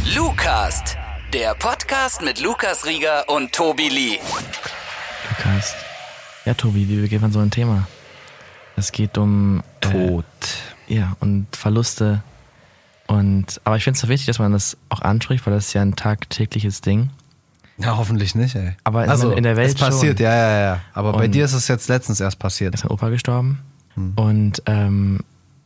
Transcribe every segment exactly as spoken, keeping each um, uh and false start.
Lukas, der Podcast mit Lukas Rieger und Tobi Lee. Lukas. Ja, Tobi, wie beginnt man so ein Thema? Es geht um Tod. Äh, ja, und Verluste. Und, aber ich finde es so wichtig, dass man das auch anspricht, weil das ist ja ein tagtägliches Ding. Ja, hoffentlich nicht, ey. Aber also, in der Welt es passiert, schon. ja, ja, ja. Aber und bei dir ist es jetzt letztens erst passiert. Ist mein Opa gestorben. Hm. Und ähm,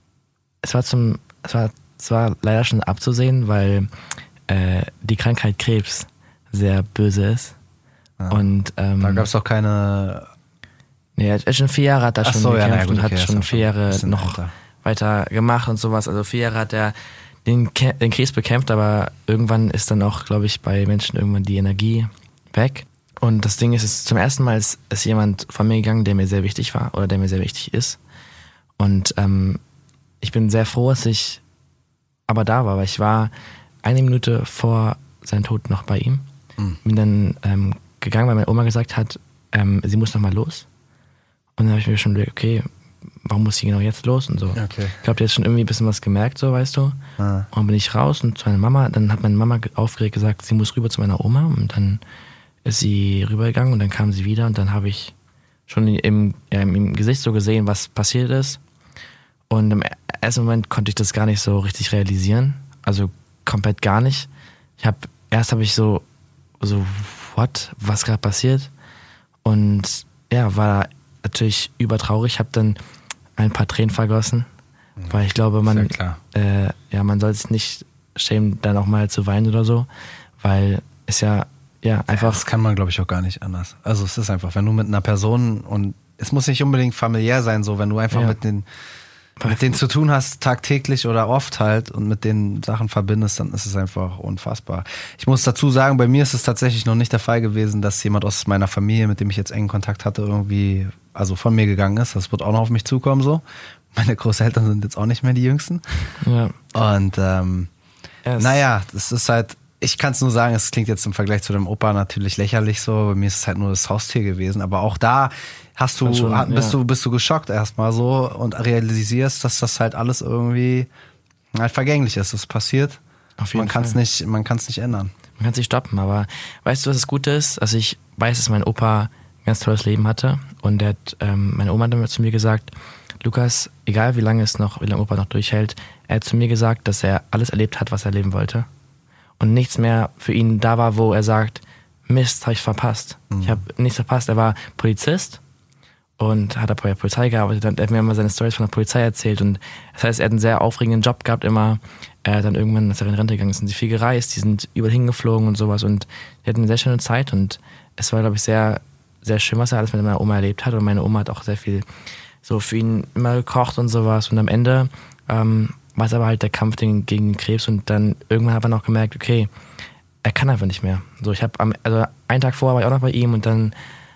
es war zum, es war, es war leider schon abzusehen, weil äh, die Krankheit Krebs sehr böse ist. Ja. Und ähm, Da gab es doch keine. Nee, er hat schon vier Jahre hat er Ach schon so, gekämpft ja, na gut, und okay, hat schon ist vier auch schon ein Jahre bisschen noch älter. weiter gemacht und sowas. Also vier Jahre hat er den, Ke- den Krebs bekämpft, aber irgendwann ist dann auch, glaube ich, bei Menschen irgendwann die Energie weg. Und das Ding ist, es ist zum ersten Mal ist, ist jemand von mir gegangen, der mir sehr wichtig war oder der mir sehr wichtig ist. Und ähm, ich bin sehr froh, dass ich aber da war, weil ich war eine Minute vor seinem Tod noch bei ihm. Mhm. Bin dann ähm, gegangen, weil meine Oma gesagt hat, ähm, sie muss noch mal los. Und dann habe ich mir schon überlegt, okay, warum muss sie genau jetzt los und so. Okay. Ich glaube, die hat schon irgendwie ein bisschen was gemerkt, so, weißt du. Ah. Und dann bin ich raus und zu meiner Mama, dann hat meine Mama aufgeregt gesagt, sie muss rüber zu meiner Oma und dann ist sie rübergegangen und dann kam sie wieder und dann habe ich schon im, ja, im Gesicht so gesehen, was passiert ist. Und im ersten Moment konnte ich das gar nicht so richtig realisieren, also komplett gar nicht. Ich habe, erst habe ich so, so, what, was gerade passiert? Und ja, war natürlich übertraurig. Ich habe dann ein paar Tränen vergossen, weil ich glaube, man, Sehr klar. äh, ja, man soll es nicht schämen, dann auch mal zu weinen oder so, weil es ja, ja, einfach. Das kann man, glaube ich, auch gar nicht anders. Also es ist einfach, wenn du mit einer Person, und es muss nicht unbedingt familiär sein, so wenn du einfach Ja. mit den mit denen zu tun hast, tagtäglich oder oft halt, und mit den Sachen verbindest, dann ist es einfach unfassbar. Ich muss dazu sagen, bei mir ist es tatsächlich noch nicht der Fall gewesen, dass jemand aus meiner Familie, mit dem ich jetzt engen Kontakt hatte, irgendwie, also von mir gegangen ist. Das wird auch noch auf mich zukommen so. Meine Großeltern sind jetzt auch nicht mehr die Jüngsten. Ja. Und ähm, Es- naja, das ist halt, ich kann es nur sagen, es klingt jetzt im Vergleich zu dem Opa natürlich lächerlich so, bei mir ist es halt nur das Haustier gewesen, aber auch da hast du, Schon, ha- bist ja. du, bist du geschockt erstmal so und realisierst, dass das halt alles irgendwie halt vergänglich ist. Das passiert. Auf jeden Man kann es Fall. nicht, man kann es nicht ändern. Man kann sich stoppen, aber weißt du, was das Gute ist? Also ich weiß, dass mein Opa ein ganz tolles Leben hatte und der hat, ähm, meine Oma hat dann zu mir gesagt, Lukas, egal wie lange es noch, wie lange Opa noch durchhält, er hat zu mir gesagt, dass er alles erlebt hat, was er erleben wollte und nichts mehr für ihn da war, wo er sagt, Mist, habe ich verpasst. Mhm. Ich habe nichts verpasst. Er war Polizist und hat bei der Polizei gearbeitet. Er hat mir immer seine Storys von der Polizei erzählt und das heißt, er hat einen sehr aufregenden Job gehabt immer. Er hat dann irgendwann, als er in Rente gegangen ist, sind sie viel gereist, die sind überall hingeflogen und sowas und die hatten eine sehr schöne Zeit und es war, glaube ich, sehr, sehr schön, was er alles mit meiner Oma erlebt hat und meine Oma hat auch sehr viel so für ihn immer gekocht und sowas und am Ende ähm, war es aber halt der Kampf gegen den Krebs und dann irgendwann hat man auch gemerkt, okay, er kann einfach nicht mehr. So, ich habe am, also einen Tag vorher war ich auch noch bei ihm und dann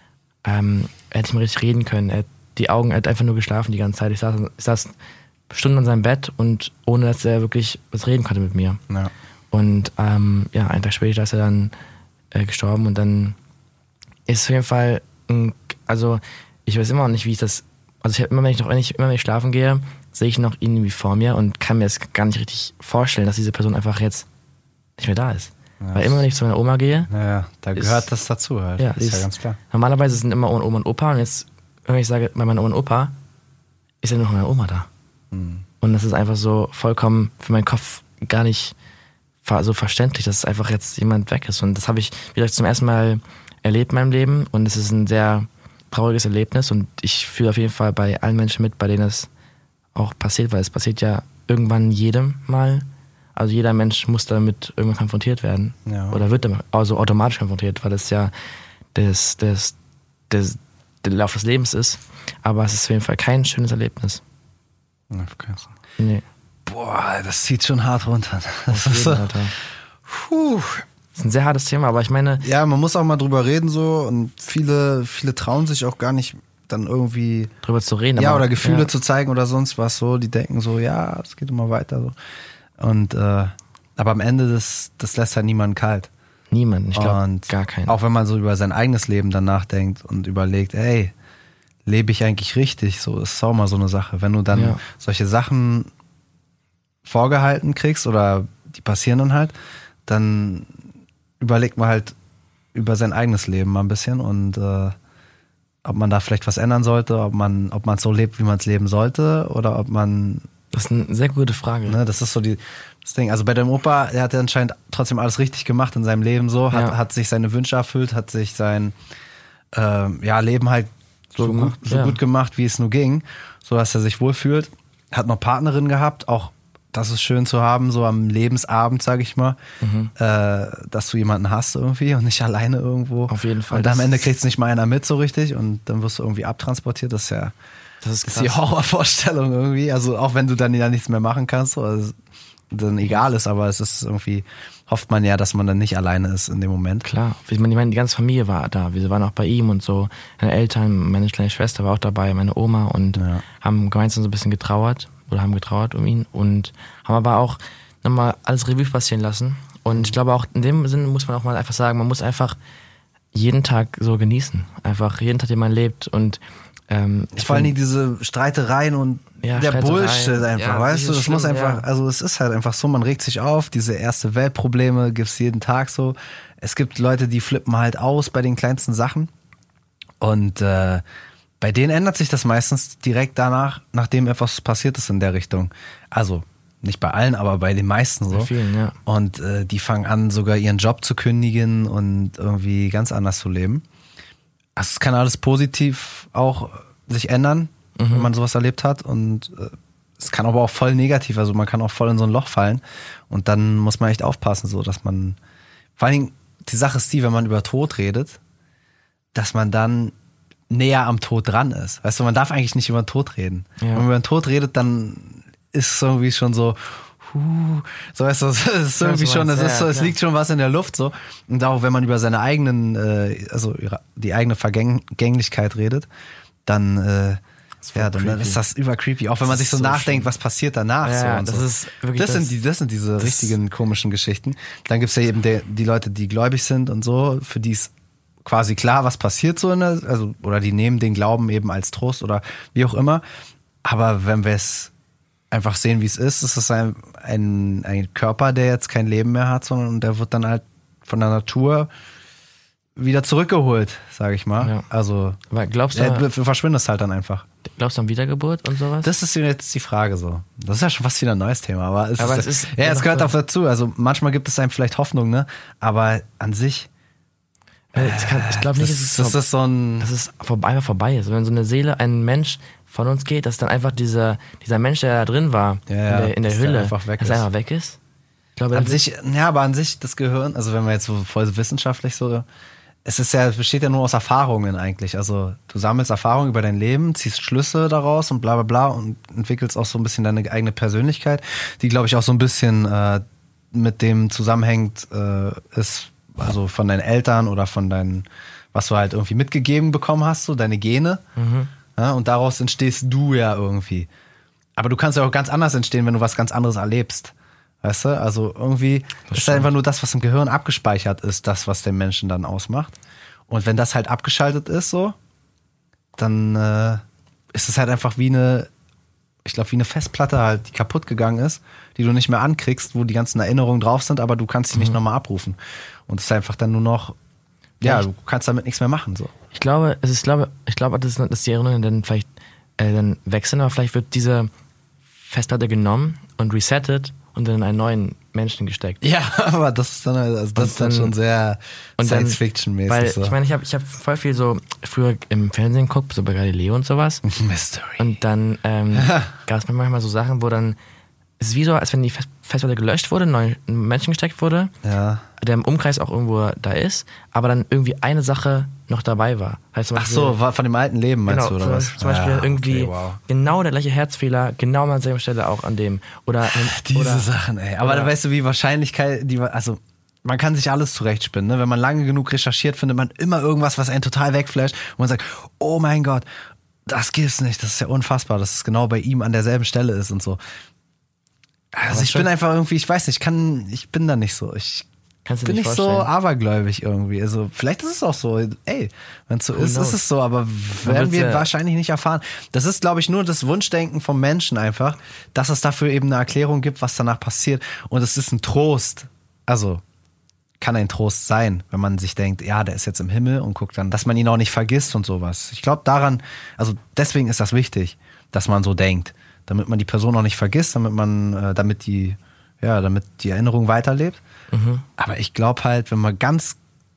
ähm, er hätte nicht mehr richtig reden können. Er hat die Augen, er hat einfach nur geschlafen die ganze Zeit. Ich saß, ich saß Stunden an seinem Bett und ohne, dass er wirklich was reden konnte mit mir. Ja. Und ähm, ja, einen Tag später ist er dann äh, gestorben und dann ist es auf jeden Fall, ein, also ich weiß immer noch nicht, wie ich das, also ich habe immer, wenn ich noch, wenn ich immer wenn ich schlafen gehe, sehe ich noch ihn wie vor mir und kann mir das gar nicht richtig vorstellen, dass diese Person einfach jetzt nicht mehr da ist. Ja. Weil immer, wenn ich zu meiner Oma gehe, Naja, da Ist- gehört das dazu halt. ja, ist ja ist- ganz klar. normalerweise sind immer Oma und Opa und jetzt, wenn ich sage, bei meiner Oma und Opa, ist ja nur noch meine Oma da. Mhm. Und das ist einfach so vollkommen für meinen Kopf gar nicht ver- so verständlich, dass einfach jetzt jemand weg ist. Und das habe ich, wie gesagt, zum ersten Mal erlebt in meinem Leben und es ist ein sehr trauriges Erlebnis und ich fühle auf jeden Fall bei allen Menschen mit, bei denen es auch passiert, weil es passiert ja irgendwann jedem mal. Also jeder Mensch muss damit irgendwann konfrontiert werden. Ja. Oder wird damit also automatisch konfrontiert, weil das ja das, das, das, der Lauf des Lebens ist. Aber es ist auf jeden Fall kein schönes Erlebnis. Ja, kannst du. Nee. Boah, das zieht schon hart runter. Das Auf ist jeden, so, Alter. puh. Das ist ein sehr hartes Thema, aber ich meine, Ja, man muss auch mal drüber reden so, und viele, viele trauen sich auch gar nicht dann irgendwie, drüber zu reden. ja, aber, oder Gefühle ja, zu zeigen oder sonst was so. Die denken so, ja, es geht immer weiter so. Und äh, aber am Ende, das, das lässt halt niemanden kalt. Niemanden, ich glaube Und gar keinen. Auch wenn man so über sein eigenes Leben dann nachdenkt und überlegt, ey, lebe ich eigentlich richtig? So ist auch mal so eine Sache. Wenn du dann Ja. solche Sachen vorgehalten kriegst oder die passieren dann halt, dann überlegt man halt über sein eigenes Leben mal ein bisschen und äh, ob man da vielleicht was ändern sollte, ob man ob man so lebt, wie man es leben sollte oder ob man... Das ist eine sehr gute Frage. Ne, das ist so die, das Ding. Also bei dem Opa, der hat ja anscheinend trotzdem alles richtig gemacht in seinem Leben so, hat, Ja. hat sich seine Wünsche erfüllt, hat sich sein ähm, ja, Leben halt so, So gut, gemacht, so ja. gut gemacht, wie es nur ging, so dass er sich wohlfühlt. Hat noch Partnerin gehabt, auch das ist schön zu haben, so am Lebensabend, sag ich mal, Mhm. äh, dass du jemanden hast irgendwie und nicht alleine irgendwo. Auf jeden Fall. Und am Das Ende ist- kriegt es nicht mal einer mit so richtig und dann wirst du irgendwie abtransportiert. Das ist ja Das ist das krass. ist die Horrorvorstellung irgendwie. Also auch wenn du dann ja nichts mehr machen kannst, so, also, dann egal ist, aber es ist irgendwie, hofft man ja, dass man dann nicht alleine ist in dem Moment. Klar. Ich meine, ich meine, die ganze Familie war da. Wir waren auch bei ihm und so. Meine Eltern, meine kleine Schwester war auch dabei, meine Oma und Ja. haben gemeinsam so ein bisschen getrauert oder haben getrauert um ihn und haben aber auch nochmal alles Revue passieren lassen. Und ich glaube auch in dem Sinne muss man auch mal einfach sagen, man muss einfach jeden Tag so genießen. Einfach jeden Tag, den man lebt und ähm, ich Vor allem find- diese Streitereien und Ja, der Streitereien. Bullshit einfach, Ja, weißt das du, ist das muss schlimm, einfach, ja. also es ist halt einfach so, man regt sich auf, diese erste Weltprobleme gibt's jeden Tag so. Es gibt Leute, die flippen halt aus bei den kleinsten Sachen und äh, bei denen ändert sich das meistens direkt danach, nachdem etwas passiert ist in der Richtung. Also nicht bei allen, aber bei den meisten so. Bei vielen, ja. Und äh, die fangen an, sogar ihren Job zu kündigen und irgendwie ganz anders zu leben. Also es kann alles positiv auch sich ändern, wenn man sowas erlebt hat. Und äh, es kann aber auch voll negativ, also man kann auch voll in so ein Loch fallen. Und dann muss man echt aufpassen, so dass man, vor allen Dingen, die Sache ist die, wenn man über Tod redet, dass man dann näher am Tod dran ist. Weißt du, man darf eigentlich nicht über den Tod reden. Ja. Wenn man über den Tod redet, dann ist es irgendwie schon so, huh, so weißt du, es ist Ja, irgendwie so schon, es meinst du, ist so, ja, es klar. liegt schon was in der Luft so. Und auch wenn man über seine eigenen, äh, also ihre, die eigene Vergänglichkeit redet, dann, äh, voll ja, dann, dann creepy. ist das über creepy. Auch wenn man Das sich so ist so nachdenkt, schlimm. was passiert danach. Ja, so und das so. ist wirklich das, das- sind die, das sind diese richtigen komischen Geschichten. Dann gibt's ja eben der, die Leute, die gläubig sind und so, für die ist quasi klar, was passiert so in der, also, oder die nehmen den Glauben eben als Trost oder wie auch immer. Aber wenn wir es einfach sehen, wie es ist, ist es ein, ein, ein Körper, der jetzt kein Leben mehr hat, sondern der wird dann halt von der Natur wieder zurückgeholt, sage ich mal. Ja. Also Aber glaubst du, äh, du verschwindest halt dann einfach. glaubst du an Wiedergeburt und sowas? Das ist jetzt die Frage so. Das ist ja schon fast wieder ein neues Thema, aber es, Aber ist, es ist ja, es einfach gehört so- auch dazu. Also manchmal gibt es einem vielleicht Hoffnung, ne? Aber an sich, Äh, ich kann- ich glaube nicht, das, dass es das vor- ist so ein, dass es vor- einfach vorbei ist. Wenn so eine Seele, ein Mensch von uns geht, dass dann einfach dieser, dieser Mensch, der da drin war, Ja, ja, in der, in der dass der Hülle, einfach weg dass ist. er einfach weg ist. Ich glaube, an das sich, ja, aber an sich das Gehirn, also wenn wir jetzt so voll wissenschaftlich so, es ist ja, es besteht ja nur aus Erfahrungen eigentlich. Also du sammelst Erfahrungen über dein Leben, ziehst Schlüsse daraus und bla bla bla und entwickelst auch so ein bisschen deine eigene Persönlichkeit, die glaube ich auch so ein bisschen äh, mit dem zusammenhängt, äh, ist also von deinen Eltern oder von deinen, was du halt irgendwie mitgegeben bekommen hast, so deine Gene. Ja, und daraus entstehst du ja irgendwie. Aber du kannst ja auch ganz anders entstehen, wenn du was ganz anderes erlebst. Weißt du? Also irgendwie Das ist halt einfach stimmt. nur das, was im Gehirn abgespeichert ist, das, was den Menschen dann ausmacht. Und wenn das halt abgeschaltet ist, so, dann äh, ist es halt einfach wie eine, ich glaube, wie eine Festplatte halt, die kaputt gegangen ist, die du nicht mehr ankriegst, wo die ganzen Erinnerungen drauf sind, aber du kannst sie nicht nochmal abrufen. Und es ist einfach dann nur noch, ja, Ja, ich- du kannst damit nichts mehr machen, so. Ich glaube, es ist, ich glaube, ich glaube, dass, dass die Erinnerungen dann vielleicht äh, dann wechseln, aber vielleicht wird diese Festplatte genommen und resettet und dann in einen neuen Menschen gesteckt. Ja, aber das ist dann, also das ist dann dann- schon sehr Und dann- Science-Fiction-mäßig. Weil so. ich meine, ich habe ich hab voll viel so früher im Fernsehen geguckt, so bei Galileo und sowas. Mystery. Und dann ähm, gab es manchmal so Sachen, wo dann, es ist wie so, als wenn die Fest- Festplatte gelöscht wurde, neu in einen Menschen gesteckt wurde, Ja. der im Umkreis auch irgendwo da ist, aber dann irgendwie eine Sache noch dabei war. Heißt zum Ach Beispiel- so, war von dem alten Leben meinst Genau, du, zum, oder was? zum Beispiel Ja, irgendwie okay, wow. genau der gleiche Herzfehler, genau an derselben Stelle auch an dem. Oder, Diese oder Sachen, ey. Aber oder- da weißt du, wie Wahrscheinlichkeit, die, also man kann sich alles zurechtspinnen, ne? Wenn man lange genug recherchiert, findet man immer irgendwas, was einen total wegflasht und man sagt, oh mein Gott, das gibt's nicht, das ist ja unfassbar, dass es genau bei ihm an derselben Stelle ist und so. Also Aber ich schon- bin einfach irgendwie, ich weiß nicht, ich kann, ich bin da nicht so. Ich kannst du bin dir nicht nicht so vorstellen. abergläubig irgendwie. Also vielleicht ist es auch so, ey, wenn es so Who ist, knows? ist es so, aber werden wird's wir ja- wahrscheinlich nicht erfahren. Das ist, glaube ich, nur das Wunschdenken vom Menschen einfach, dass es dafür eben eine Erklärung gibt, was danach passiert. Und es ist ein Trost. Also, kann ein Trost sein, wenn man sich denkt, ja, der ist jetzt im Himmel und guckt dann, dass man ihn auch nicht vergisst und sowas. Ich glaube daran, also deswegen ist das wichtig, dass man so denkt, damit man die Person auch nicht vergisst, damit man, äh, damit die, ja, damit die Erinnerung weiterlebt. Mhm. Aber ich glaube halt, wenn man ganz,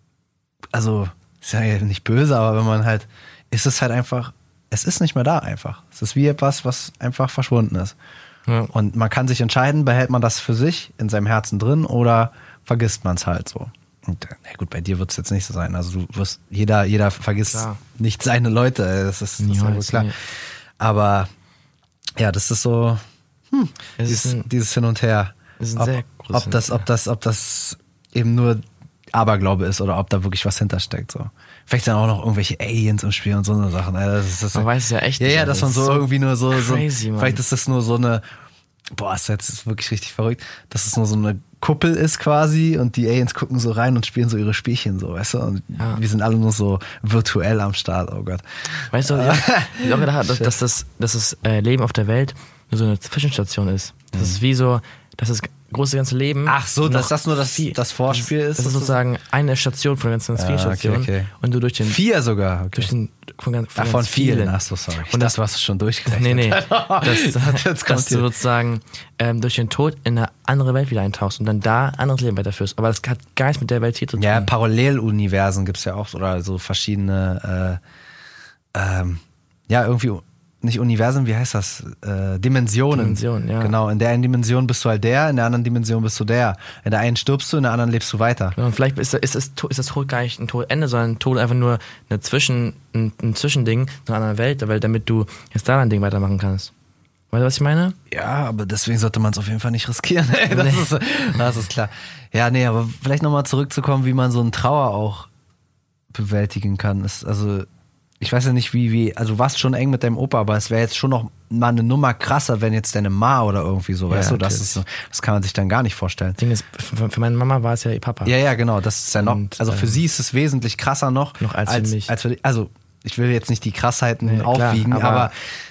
also ist ja nicht böse, aber wenn man halt, ist es halt einfach, es ist nicht mehr da einfach. Es ist wie etwas, was einfach verschwunden ist. Ja. Und man kann sich entscheiden, behält man das für sich in seinem Herzen drin oder vergisst man es halt so. Und na gut, bei dir wird es jetzt nicht so sein. Also du wirst, jeder, jeder vergisst klar. nicht seine Leute. Das ist, das ist ja wohl klar. Nicht. Aber ja, das ist so hm, dieses, ist ein, dieses Hin und Her. Ist ein ob, sehr ob das, ob das, ob das eben nur Aberglaube ist oder ob da wirklich was hintersteckt. So. Vielleicht sind auch noch irgendwelche Aliens im Spiel und so eine Sachen. Das ist, das man weiß es ja echt ja, nicht. Ja, dass man so, so irgendwie nur so, crazy, so vielleicht ist das nur so eine, boah, ist jetzt wirklich richtig verrückt, dass es nur so eine Kuppel ist quasi und die Aliens gucken so rein und spielen so ihre Spielchen so, weißt du? Und ja. wir sind alle nur so virtuell am Start, oh Gott. Weißt du, ja, ich habe auch gedacht, dass, dass das, dass das Leben auf der Welt nur so eine Zwischenstation ist. Das mhm. ist wie so, dass das große ganze Leben. Ach so, dass das nur das, das Vorspiel ist? Das ist sozusagen eine Station von ganz, ganz vielen ja, okay, Stationen. Okay. Und du durch den... Vier sogar? Okay. Durch den, von ganz, von Ach, von vielen. vielen. Ach so, sorry. Und das warst du schon durchgerechnet. Nee, nee. Das, das dass du sozusagen ähm, durch den Tod in eine andere Welt wieder eintauchst und dann da anderes Leben weiterführst. Aber das hat gar nichts mit der Welt hier zu tun. Ja, Paralleluniversen gibt es ja auch. Oder so verschiedene... Äh, ähm, ja, irgendwie... Nicht Universen, wie heißt das? Äh, Dimensionen. Dimension, ja. Genau, in der einen Dimension bist du halt der, in der anderen Dimension bist du der. In der einen stirbst du, in der anderen lebst du weiter. Ja, und vielleicht ist, ist, ist, ist das Tod gar nicht ein Todende, sondern ein Tod einfach nur eine Zwischen, ein, ein Zwischending zu einer anderen Welt, weil damit du jetzt da ein Ding weitermachen kannst. Weißt du, was ich meine? Ja, aber deswegen sollte man es auf jeden Fall nicht riskieren. das, nee. ist, das ist klar. Ja, nee, aber vielleicht nochmal zurückzukommen, wie man so einen Trauer auch bewältigen kann. Ist, also ich weiß ja nicht, wie, wie, also du warst schon eng mit deinem Opa, aber es wäre jetzt schon noch mal eine Nummer krasser, wenn jetzt deine Ma oder irgendwie so, ja, weißt du, das, ist, das kann man sich dann gar nicht vorstellen. Das Ding ist, für, für meine Mama war es ja ihr Papa. Ja, ja, genau, das ist ja noch, also für ähm, sie ist es wesentlich krasser noch, noch als, als für mich. Als für, also ich will jetzt nicht die Krassheiten nee, aufwiegen, klar, aber, aber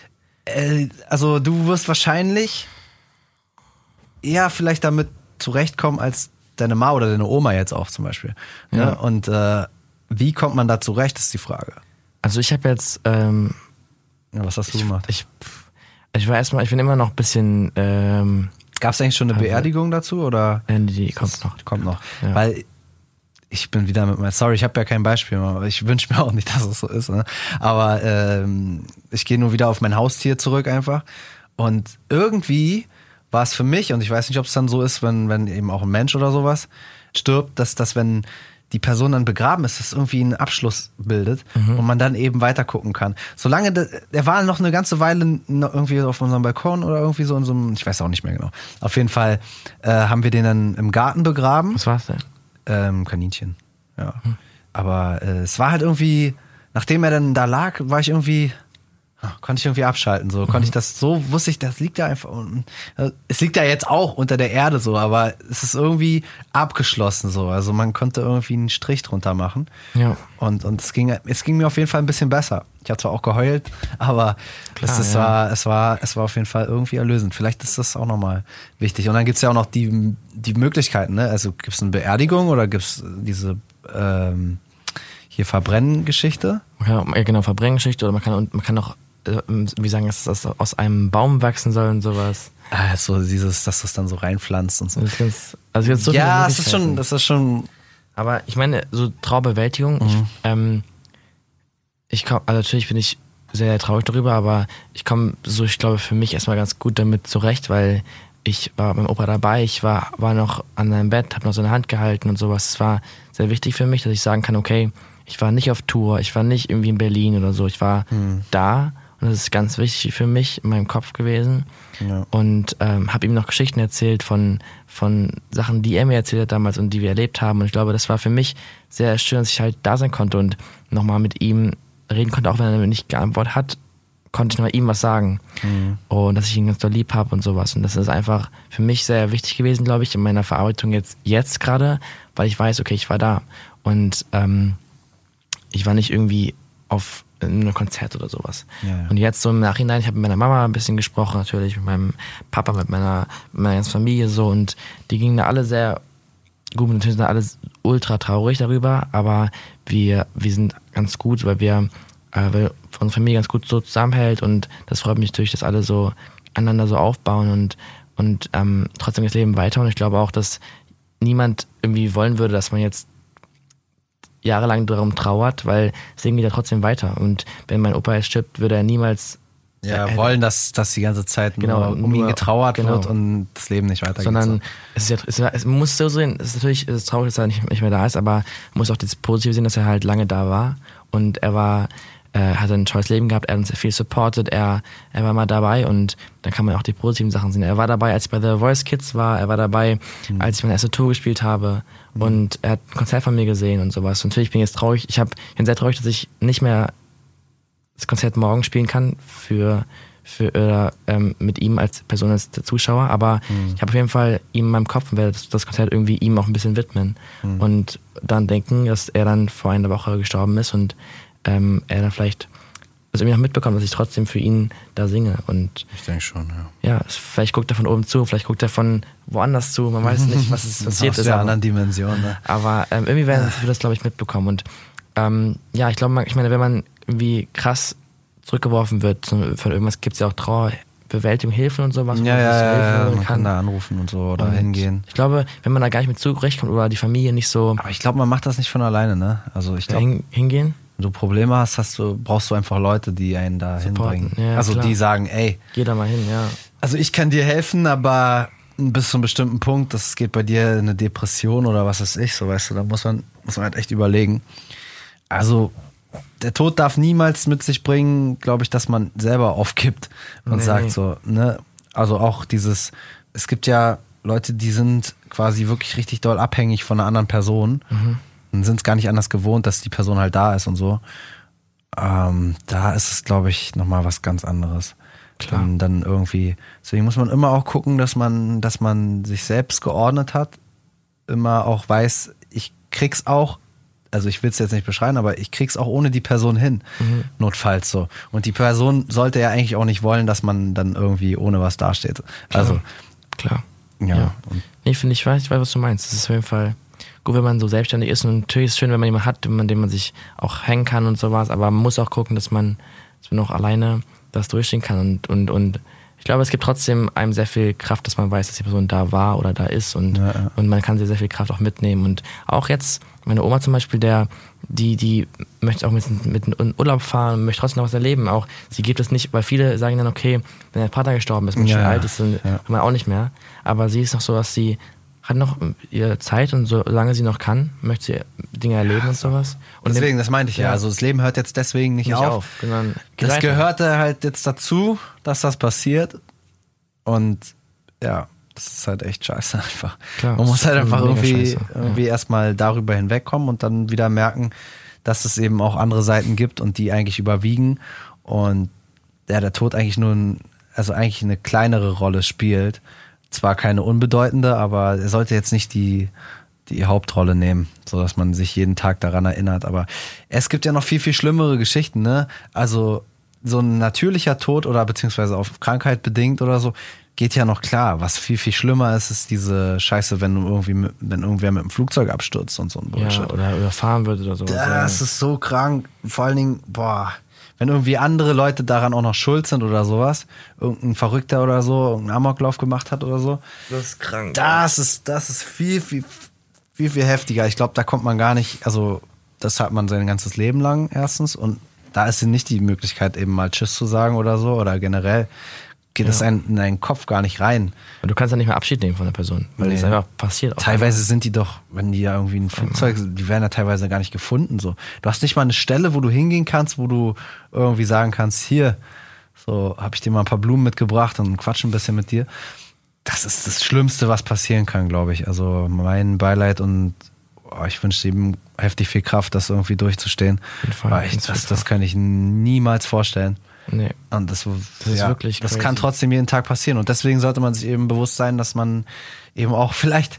äh, also du wirst wahrscheinlich eher vielleicht damit zurechtkommen als deine Ma oder deine Oma jetzt auch zum Beispiel. Ja. Ja? Und äh, wie kommt man da zurecht, ist die Frage. Also ich habe jetzt... Ähm, ja, was hast du ich, gemacht? Ich, ich war erstmal, ich bin immer noch ein bisschen... Ähm, Gab es eigentlich schon eine also, Beerdigung dazu? Oder? Ja, die kommt noch. Kommt noch. Ja. Weil ich bin wieder mit meinem... Sorry, ich habe ja kein Beispiel, aber ich wünsche mir auch nicht, dass es so ist. Ne? Aber ähm, ich gehe nur wieder auf mein Haustier zurück einfach. Und irgendwie war es für mich, und ich weiß nicht, ob es dann so ist, wenn, wenn eben auch ein Mensch oder sowas stirbt, dass, dass wenn... die Person dann begraben ist, das irgendwie einen Abschluss bildet mhm. und man dann eben weiter gucken kann. Solange, de, er war noch eine ganze Weile irgendwie auf unserem Balkon oder irgendwie so in so einem, ich weiß auch nicht mehr genau. Auf jeden Fall äh, haben wir den dann im Garten begraben. Was war's denn? Ähm, Kaninchen, ja. Mhm. Aber äh, es war halt irgendwie, nachdem er dann da lag, war ich irgendwie... Konnte ich irgendwie abschalten, so. Mhm. Konnte ich das so, wusste ich, das liegt da einfach unten. Es liegt ja jetzt auch unter der Erde so, aber es ist irgendwie abgeschlossen so. Also man konnte irgendwie einen Strich drunter machen. Ja. Und, und es ging, es ging mir auf jeden Fall ein bisschen besser. Ich habe zwar auch geheult, aber Klar, es, es, ja. war, es, war, es war auf jeden Fall irgendwie erlösend. Vielleicht ist das auch nochmal wichtig. Und dann gibt es ja auch noch die, die Möglichkeiten, ne? Also gibt es eine Beerdigung oder gibt es diese ähm, hier Verbrennen-Geschichte? Ja, genau, Verbrennen-Geschichte oder man kann, man kann auch wie sagen, dass das aus einem Baum wachsen soll und sowas. Ah, so dieses, dass du es dann so reinpflanzt und so. Das ist ganz, also jetzt so ja, das ist schon, das ist schon. Aber ich meine, so Trauerbewältigung, mhm. ich, ähm, ich komme, also natürlich bin ich sehr traurig darüber, aber ich komme so, ich glaube, für mich erstmal ganz gut damit zurecht, weil ich war mit meinem Opa dabei, ich war, war noch an seinem Bett, habe noch seine Hand gehalten und sowas. Es war sehr wichtig für mich, dass ich sagen kann, okay, ich war nicht auf Tour, ich war nicht irgendwie in Berlin oder so, ich war mhm. da. Und das ist ganz wichtig für mich in meinem Kopf gewesen. Ja. Und ähm, habe ihm noch Geschichten erzählt von, von Sachen, die er mir erzählt hat damals und die wir erlebt haben. Und ich glaube, das war für mich sehr schön, dass ich halt da sein konnte und nochmal mit ihm reden konnte, auch wenn er mir nicht geantwortet hat, konnte ich nochmal ihm was sagen. Mhm. Und dass ich ihn ganz doll lieb habe und sowas. Und das ist einfach für mich sehr wichtig gewesen, glaube ich, in meiner Verarbeitung jetzt, jetzt gerade, weil ich weiß, okay, ich war da. Und ähm, ich war nicht irgendwie auf in einem Konzert oder sowas. Ja, ja. Und jetzt so im Nachhinein, ich habe mit meiner Mama ein bisschen gesprochen, natürlich, mit meinem Papa, mit meiner, mit meiner ganzen Familie so und die gingen da alle sehr gut, natürlich sind alle ultra traurig darüber, aber wir, wir sind ganz gut, weil wir, äh, weil unsere Familie ganz gut so zusammenhält und das freut mich natürlich, dass alle so einander so aufbauen und, und ähm, trotzdem das Leben weiter und ich glaube auch, dass niemand irgendwie wollen würde, dass man jetzt jahrelang darum trauert, weil das Leben geht ja trotzdem weiter und wenn mein Opa jetzt stirbt, würde er niemals Ja, äh, wollen, dass, dass die ganze Zeit genau, nur um nur, ihn getrauert genau. wird und das Leben nicht weitergeht. Sondern so. es, ist ja, es, ist, es muss so sehen, es ist natürlich es ist traurig, dass er nicht, nicht mehr da ist, aber man muss auch das Positive sehen, dass er halt lange da war und er war äh, hat ein tolles Leben gehabt, er hat uns viel supportet, er, er war mal dabei und dann kann man auch die positiven Sachen sehen. Er war dabei, als ich bei The Voice Kids war, er war dabei, mhm. als ich meine erste Tour gespielt habe mhm. und er hat ein Konzert von mir gesehen und sowas. Und natürlich bin ich jetzt traurig, ich, hab, ich bin sehr traurig, dass ich nicht mehr das Konzert morgen spielen kann für, für oder, ähm, mit ihm als Person, als Zuschauer, aber mhm. ich habe auf jeden Fall ihm in meinem Kopf und werde das, das Konzert irgendwie ihm auch ein bisschen widmen mhm. und dann denken, dass er dann vor einer Woche gestorben ist und ähm, er dann vielleicht das irgendwie noch mitbekommt, dass ich trotzdem für ihn da singe. Und ich denke schon, ja. Ja, vielleicht guckt er von oben zu, vielleicht guckt er von woanders zu, man weiß nicht, was es passiert aus ist. der aber, anderen Dimension, ne? Aber ähm, irgendwie werden wir das, glaube ich, mitbekommen. Und ähm, ja, ich glaube, ich meine, wenn man irgendwie krass zurückgeworfen wird von irgendwas, gibt es ja auch Trauerbewältigung, Hilfen und sowas. Ja, ja, ja, ja, man kann. kann da anrufen und so oder und hingehen. Ich glaube, wenn man da gar nicht mit zurechtkommt oder die Familie nicht so... Aber ich glaube, man macht das nicht von alleine, ne? Also ich glaube... Hingehen? Wenn du Probleme hast, hast du, brauchst du einfach Leute, die einen da Supporten. hinbringen. Ja, also klar. die sagen, ey. Geh da mal hin, ja. Also ich kann dir helfen, aber bis zu einem bestimmten Punkt, das geht bei dir in eine Depression oder was weiß ich, so weißt du, da muss man, muss man halt echt überlegen. Also der Tod darf niemals mit sich bringen, glaube ich, dass man selber aufgibt und nee, sagt nee. so, ne, also auch dieses, es gibt ja Leute, die sind quasi wirklich richtig doll abhängig von einer anderen Person. Mhm. Und sind es gar nicht anders gewohnt, dass die Person halt da ist und so. Ähm, da ist es, glaube ich, nochmal was ganz anderes. Klar. Dann, dann irgendwie, deswegen muss man immer auch gucken, dass man, dass man sich selbst geordnet hat. Immer auch weiß, ich krieg's auch, also ich will es jetzt nicht beschreiben, aber ich krieg's auch ohne die Person hin. Mhm. Notfalls so. Und die Person sollte ja eigentlich auch nicht wollen, dass man dann irgendwie ohne was dasteht. Klar. Also. Klar. Ja. ja. Nee, finde ich, weiß, ich weiß, was du meinst. Das ist auf jeden Fall gut, wenn man so selbstständig ist und natürlich ist es schön, wenn man jemanden hat, mit dem man sich auch hängen kann und sowas, aber man muss auch gucken, dass man, dass man auch alleine das durchstehen kann und, und, und ich glaube, es gibt trotzdem einem sehr viel Kraft, dass man weiß, dass die Person da war oder da ist und, ja, ja. und man kann sehr, sehr viel Kraft auch mitnehmen und auch jetzt, meine Oma zum Beispiel, der, die, die möchte auch mit, mit in Urlaub fahren, möchte trotzdem noch was erleben, auch sie gibt es nicht, weil viele sagen dann, okay, wenn der Partner gestorben ist, man ja, schon alt ist, dann ja. kann man auch nicht mehr, aber sie ist noch so, dass sie hat noch ihre Zeit und solange sie noch kann, möchte sie Dinge erleben und sowas. Und deswegen, das meinte ich ja. ja. Also das Leben hört jetzt deswegen nicht, nicht auf. auf sondern das weiter. gehörte halt jetzt dazu, dass das passiert. Und ja, das ist halt echt scheiße einfach. Klar, Man muss halt einfach irgendwie, scheiße. irgendwie ja. erstmal darüber hinwegkommen und dann wieder merken, dass es eben auch andere Seiten gibt und die eigentlich überwiegen. Und ja, der Tod eigentlich nur ein, also eigentlich eine kleinere Rolle spielt. Zwar keine unbedeutende, aber er sollte jetzt nicht die, die Hauptrolle nehmen, sodass man sich jeden Tag daran erinnert. Aber es gibt ja noch viel, viel schlimmere Geschichten, ne? Also so ein natürlicher Tod oder beziehungsweise auf Krankheit bedingt oder so, geht ja noch klar. Was viel, viel schlimmer ist, ist diese Scheiße, wenn du irgendwie mit, wenn irgendwer mit dem Flugzeug abstürzt und so ein Bullshit. Ja, oder überfahren wird oder so. Das ist so krank. Vor allen Dingen, boah, wenn irgendwie andere Leute daran auch noch schuld sind oder sowas, irgendein Verrückter oder so, irgendeinen Amoklauf gemacht hat oder so. Das ist krank. Das ist, das ist viel, viel, viel, viel heftiger. Ich glaube, da kommt man gar nicht, also das hat man sein ganzes Leben lang erstens und da ist nicht die Möglichkeit eben mal Tschüss zu sagen oder so oder generell geht es ja. in deinen Kopf gar nicht rein. Und du kannst ja nicht mehr Abschied nehmen von der Person, weil nee. das einfach passiert. Teilweise einmal. Sind die doch, wenn die ja irgendwie ein Flugzeug, die werden ja teilweise gar nicht gefunden. So. Du hast nicht mal eine Stelle, wo du hingehen kannst, wo du irgendwie sagen kannst, hier, so habe ich dir mal ein paar Blumen mitgebracht und quatsch ein bisschen mit dir. Das ist das Schlimmste, was passieren kann, glaube ich. Also mein Beileid und oh, ich wünsche ihm heftig viel Kraft, das irgendwie durchzustehen. Fall, ich, das, das kann ich niemals vorstellen. Nee. Und das, das ist ja, wirklich das crazy. Kann trotzdem jeden Tag passieren. Und deswegen sollte man sich eben bewusst sein, dass man eben auch vielleicht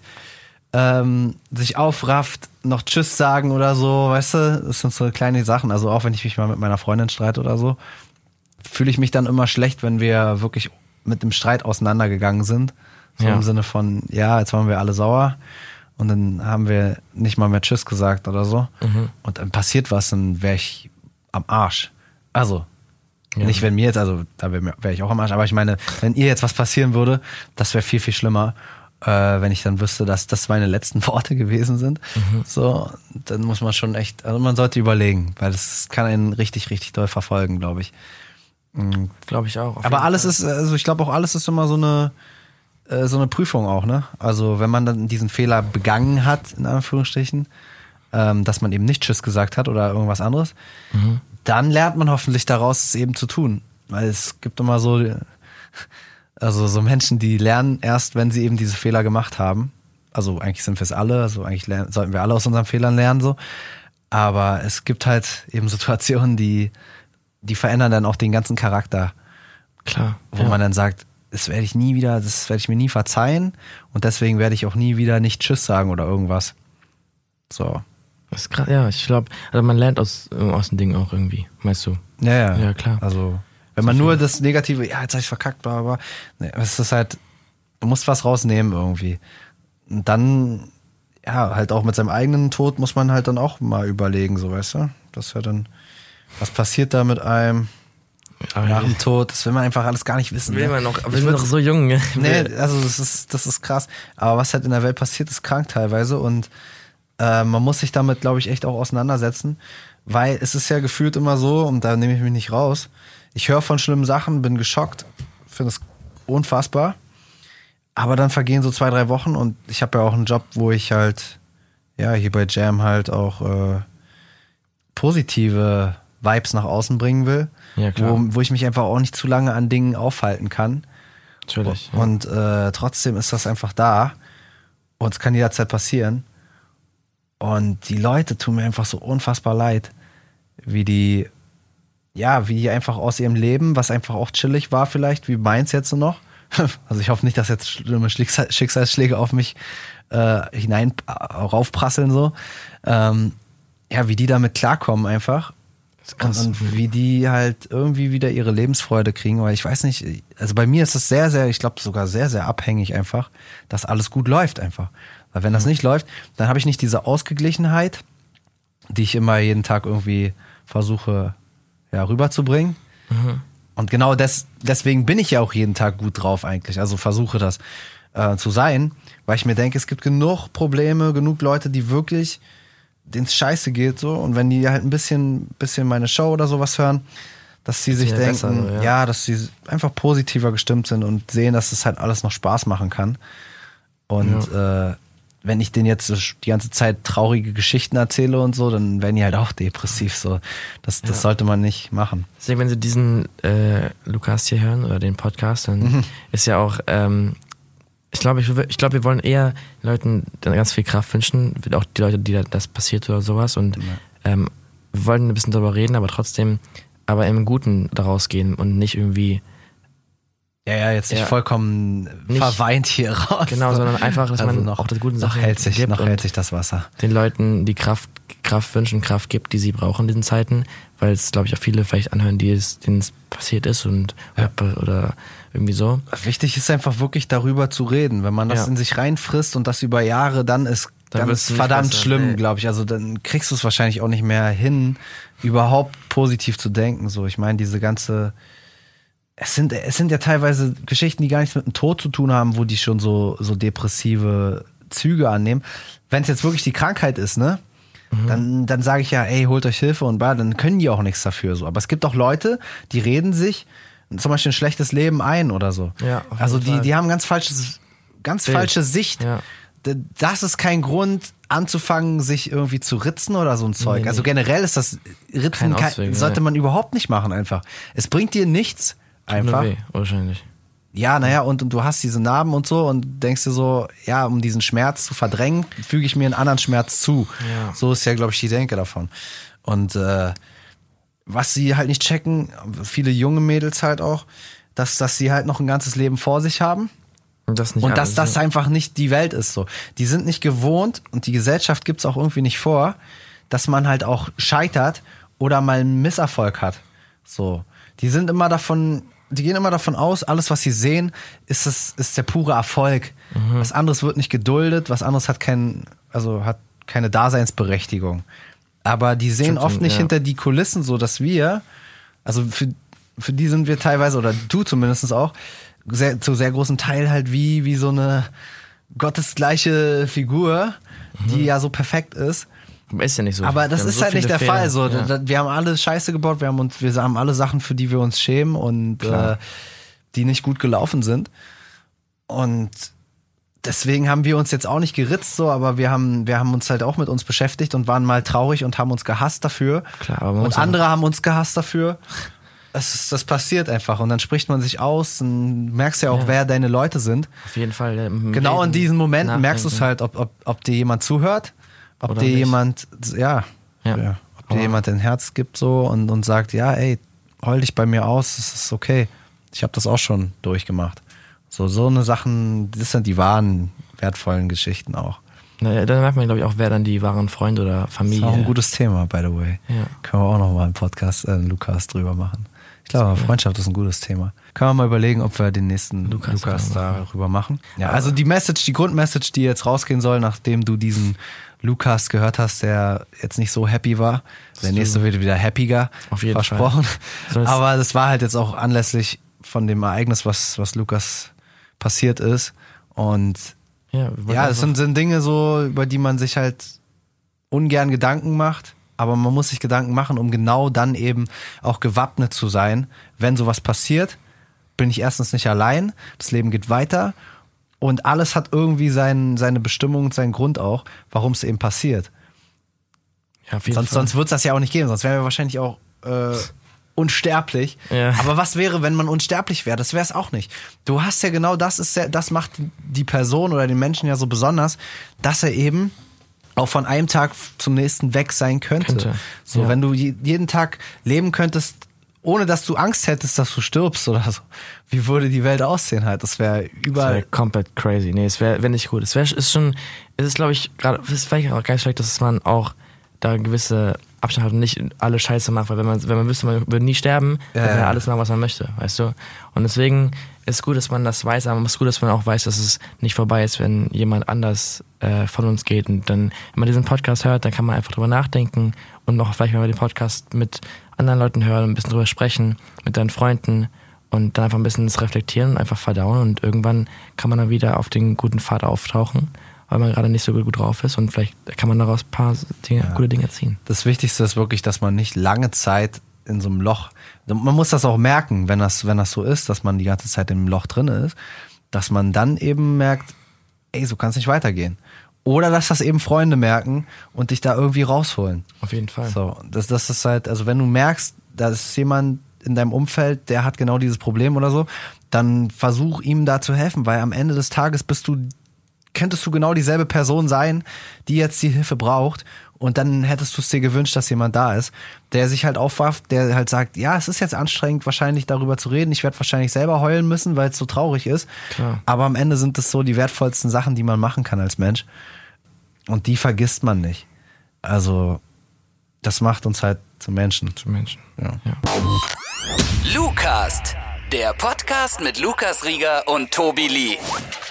ähm, sich aufrafft, noch Tschüss sagen oder so, weißt du? Das sind so kleine Sachen. Also auch wenn ich mich mal mit meiner Freundin streite oder so, fühle ich mich dann immer schlecht, wenn wir wirklich mit dem Streit auseinandergegangen sind. So ja. im Sinne von, ja, jetzt waren wir alle sauer. und dann haben wir nicht mal mehr Tschüss gesagt oder so Mhm. und dann passiert was, dann wäre ich am Arsch. Also, Ja. nicht wenn mir jetzt, also da wäre wär ich auch am Arsch, aber ich meine, wenn ihr jetzt was passieren würde, das wäre viel, viel schlimmer, äh, wenn ich dann wüsste, dass das meine letzten Worte gewesen sind. Mhm. So, dann muss man schon echt, also man sollte überlegen, weil das kann einen richtig, richtig doll verfolgen, glaube ich. Mhm. Glaube ich auch. auf Aber jeden alles Fall. ist, also ich glaube auch alles ist immer so eine, äh, so eine Prüfung auch, ne? Also wenn man dann diesen Fehler begangen hat, in Anführungsstrichen, ähm, dass man eben nicht Tschüss gesagt hat oder irgendwas anderes, Mhm. dann lernt man hoffentlich daraus, es eben zu tun. Weil es gibt immer so, also so Menschen, die lernen erst, wenn sie eben diese Fehler gemacht haben. Also eigentlich sind wir es alle, also eigentlich lernen, sollten wir alle aus unseren Fehlern lernen, so. Aber es gibt halt eben Situationen, die, die verändern dann auch den ganzen Charakter, Klar. wo ja. man dann sagt, das werde ich nie wieder, das werde ich mir nie verzeihen und deswegen werde ich auch nie wieder nicht Tschüss sagen oder irgendwas. So. Das ist krass, ja, ich glaube, also man lernt aus, aus den Dingen auch irgendwie, meinst du? Ja, ja. Ja, klar. Also, wenn man nur das Negative, ja, jetzt habe ich verkackt, bla, bla, bla. Nee, es ist halt, du musst was rausnehmen irgendwie. Und dann, ja, halt auch mit seinem eigenen Tod muss man halt dann auch mal überlegen, so, weißt du? Das ist ja dann, was passiert da mit einem Aber nach dem Tod? Das will man einfach alles gar nicht wissen. will ne? man noch, aber Ich wir sind würd- noch so jung. Ne? Nee, also das ist, das ist krass. Aber was halt in der Welt passiert, ist krank teilweise und äh, man muss sich damit, glaube ich, echt auch auseinandersetzen, weil es ist ja gefühlt immer so, und da nehme ich mich nicht raus, ich höre von schlimmen Sachen, bin geschockt, finde es unfassbar, aber dann vergehen so zwei, drei Wochen und ich habe ja auch einen Job, wo ich halt, ja, hier bei Jam halt auch äh, positive Vibes nach außen bringen will, Ja, klar. wo, wo ich mich einfach auch nicht zu lange an Dingen aufhalten kann. Natürlich. Ja. Und äh, trotzdem ist das einfach da. Und es kann jederzeit passieren. Und die Leute tun mir einfach so unfassbar leid, wie die, ja, wie die einfach aus ihrem Leben, was einfach auch chillig war vielleicht, wie meins jetzt so noch. Also ich hoffe nicht, dass jetzt schlimme Schicksal- Schicksalsschläge auf mich äh, hinein äh, raufprasseln so. Ähm, ja, wie die damit klarkommen einfach. Das ist krass. Und, und wie die halt irgendwie wieder ihre Lebensfreude kriegen, weil ich weiß nicht, also bei mir ist es sehr, sehr, ich glaube sogar sehr, sehr abhängig einfach, dass alles gut läuft einfach. Weil wenn das nicht läuft, dann habe ich nicht diese Ausgeglichenheit, die ich immer jeden Tag irgendwie versuche, ja, rüberzubringen. Mhm. Und genau des, deswegen bin ich ja auch jeden Tag gut drauf eigentlich, also versuche das äh, zu sein, weil ich mir denke, es gibt genug Probleme, genug Leute, die wirklich denen es scheiße geht so und wenn die halt ein bisschen, bisschen meine Show oder sowas hören, dass sie sich ja denken, besser, so, ja. ja, dass sie einfach positiver gestimmt sind und sehen, dass es halt alles noch Spaß machen kann. Und äh, wenn ich denen jetzt so die ganze Zeit traurige Geschichten erzähle und so, dann werden die halt auch depressiv so. Das, das Ja. sollte man nicht machen. Deswegen, wenn Sie diesen äh, Lukas hier hören oder den Podcast, dann Mhm. ist ja auch, ähm, ich glaube, ich, ich glaube, wir wollen eher Leuten dann ganz viel Kraft wünschen, auch die Leute, die da, das passiert oder sowas. Und ähm, wir wollen ein bisschen darüber reden, aber trotzdem, aber im Guten daraus gehen und nicht irgendwie, Ja, ja, jetzt nicht Ja. vollkommen Nicht- verweint hier raus. genau, sondern einfach, dass Also man noch, auch das guten noch Sachen hält sich, gibt noch und hält sich das Wasser. den Leuten die Kraft, Kraft wünschen, Kraft gibt, die sie brauchen in diesen Zeiten, weil es, glaube ich, auch viele vielleicht anhören, die es, denen es passiert ist und Ja. oder, oder irgendwie so. Wichtig ist einfach wirklich darüber zu reden. Wenn man das Ja. in sich reinfrisst und das über Jahre, dann ist Dann ganz wird's nicht verdammt besser, schlimm, nee. glaube ich. Also dann kriegst du es wahrscheinlich auch nicht mehr hin, überhaupt positiv zu denken. So, ich meine, diese ganze, es sind, es sind ja teilweise Geschichten, die gar nichts mit dem Tod zu tun haben, wo die schon so, so depressive Züge annehmen. Wenn es jetzt wirklich die Krankheit ist, ne? Dann, dann sage ich ja, ey, holt euch Hilfe und bla, dann können die auch nichts dafür. So. Aber es gibt auch Leute, die reden sich zum Beispiel ein schlechtes Leben ein oder so. Ja, auf also jeden die, Fall. die haben ganz falsches, ganz Bild. falsche Sicht. Ja. D- Das ist kein Grund, anzufangen, sich irgendwie zu ritzen oder so ein Zeug. Nee, Also nee. generell ist das Ritzen, Kein kein, Ausweg, sollte nee. man überhaupt nicht machen einfach. Es bringt dir nichts. Tut Einfach. nur weh, wahrscheinlich. Ja, naja, und, und du hast diese Narben und so und denkst dir so, ja, um diesen Schmerz zu verdrängen, füge ich mir einen anderen Schmerz zu. Ja. So ist ja, glaube ich, die Denke davon. Und äh, was sie halt nicht checken, viele junge Mädels halt auch, dass, dass sie halt noch ein ganzes Leben vor sich haben Und das nicht und dass alles, das einfach nicht die Welt ist so. Die sind nicht gewohnt und die Gesellschaft gibt's auch irgendwie nicht vor, dass man halt auch scheitert oder mal einen Misserfolg hat. So. Die sind immer davon die gehen immer davon aus, alles, was sie sehen, ist, das, ist der pure Erfolg. Mhm. Was anderes wird nicht geduldet, was anderes hat kein, also hat keine Daseinsberechtigung. Aber die sehen Stimmt, oft nicht ja. hinter die Kulissen, so dass wir, also für, für die sind wir teilweise, oder du zumindest auch, sehr, zu sehr großen Teil halt wie, wie so eine gottesgleiche Figur, mhm. die ja so perfekt ist. Ist ja nicht so. Aber das ist so halt nicht der Fehler. Fall. So, ja. Wir haben alle Scheiße gebaut, wir haben, uns, wir haben alle Sachen, für die wir uns schämen und äh, die nicht gut gelaufen sind. Und deswegen haben wir uns jetzt auch nicht geritzt, so, aber wir haben, wir haben uns halt auch mit uns beschäftigt und waren mal traurig und haben uns gehasst dafür. Klar, aber man und muss andere haben uns gehasst dafür. Das, ist, das passiert einfach. Und dann spricht man sich aus und merkst ja auch, Ja. wer deine Leute sind. Auf jeden Fall. äh, Genau in reden, diesen Momenten nachdenken. merkst du es halt, ob, ob, ob dir jemand zuhört, ob Oder dir nicht. jemand, ja, Ja. ja, ob dir Aber- jemand dein Herz gibt so und, und sagt, ja, ey, heul dich bei mir aus, das ist okay. Ich habe das auch schon durchgemacht. So, so eine Sachen, das sind die wahren, wertvollen Geschichten auch. Na, da merkt man, glaube ich, auch, wer dann die wahren Freunde oder Das ist Familie. auch ein gutes Thema, by the way. Ja. Können wir auch noch mal einen Podcast, äh, Lukas drüber machen. Ich glaube, Freundschaft ist ein gutes Thema. Können wir mal überlegen, ob wir den nächsten Lukas Lukas, darüber darüber machen. Ja, also die Message, die Grundmessage, die jetzt rausgehen soll, nachdem du diesen Lukas gehört hast, der jetzt nicht so happy war. Der nächste wird wieder happiger. Auf jeden versprochen. Fall. Aber das war halt jetzt auch anlässlich von dem Ereignis, was, was Lukas passiert ist. Und Ja, wir wollten ja, das einfach- sind, sind Dinge so, über die man sich halt ungern Gedanken macht, aber man muss sich Gedanken machen, um genau dann eben auch gewappnet zu sein. Wenn sowas passiert, bin ich erstens nicht allein, das Leben geht weiter und alles hat irgendwie sein, seine Bestimmung und seinen Grund auch, warum es eben passiert. ja, auf jeden Sonst, Fall. sonst wird es das ja auch nicht geben, sonst wären wir wahrscheinlich auch äh, unsterblich. Ja. Aber was wäre, wenn man unsterblich wäre? Das wäre es auch nicht. Du hast ja genau das, ist ja, das macht die Person oder den Menschen ja so besonders, dass er eben auch von einem Tag zum nächsten weg sein könnte. Könnte, So, ja. wenn du je, jeden Tag leben könntest, ohne dass du Angst hättest, dass du stirbst oder so, wie würde die Welt aussehen halt? Das wäre Das überall. wäre komplett crazy. Nee, es wäre wär nicht gut. Es wäre ist schon, es ist glaube ich gerade, es ist vielleicht auch ganz schlecht, dass man auch da gewisse Abstand hat und nicht alle Scheiße macht, weil wenn man, wenn man wüsste, man würde nie sterben, Ja, dann kann man ja. alles machen, was man möchte, weißt du? Und deswegen ist es gut, dass man das weiß, aber es ist gut, dass man auch weiß, dass es nicht vorbei ist, wenn jemand anders äh, von uns geht. Und dann, wenn man diesen Podcast hört, dann kann man einfach drüber nachdenken und noch vielleicht, wenn man den Podcast mit anderen Leuten hören, ein bisschen drüber sprechen, mit deinen Freunden und dann einfach ein bisschen das reflektieren und einfach verdauen und irgendwann kann man dann wieder auf den guten Pfad auftauchen, weil man gerade nicht so gut drauf ist und vielleicht kann man daraus ein paar Dinge, Ja. gute Dinge ziehen. Das Wichtigste ist wirklich, dass man nicht lange Zeit in so einem Loch, man muss das auch merken, wenn das, wenn das so ist, dass man die ganze Zeit im Loch drin ist, dass man dann eben merkt, ey, so kann es nicht weitergehen. Oder dass das eben Freunde merken und dich da irgendwie rausholen. Auf jeden Fall. So, das, das ist halt, also wenn du merkst, da ist jemand in deinem Umfeld, der hat genau dieses Problem oder so, dann versuch ihm da zu helfen, weil am Ende des Tages bist du, könntest du genau dieselbe Person sein, die jetzt die Hilfe braucht und dann hättest du es dir gewünscht, dass jemand da ist, der sich halt aufwafft, der halt sagt, ja, es ist jetzt anstrengend, wahrscheinlich darüber zu reden, ich werde wahrscheinlich selber heulen müssen, weil es so traurig ist, Klar. aber am Ende sind es so die wertvollsten Sachen, die man machen kann als Mensch und die vergisst man nicht. Also das macht uns halt zu Menschen. Zu Menschen. Ja. Ja. Lucast, der Podcast mit Lukas Rieger und Tobi Lee.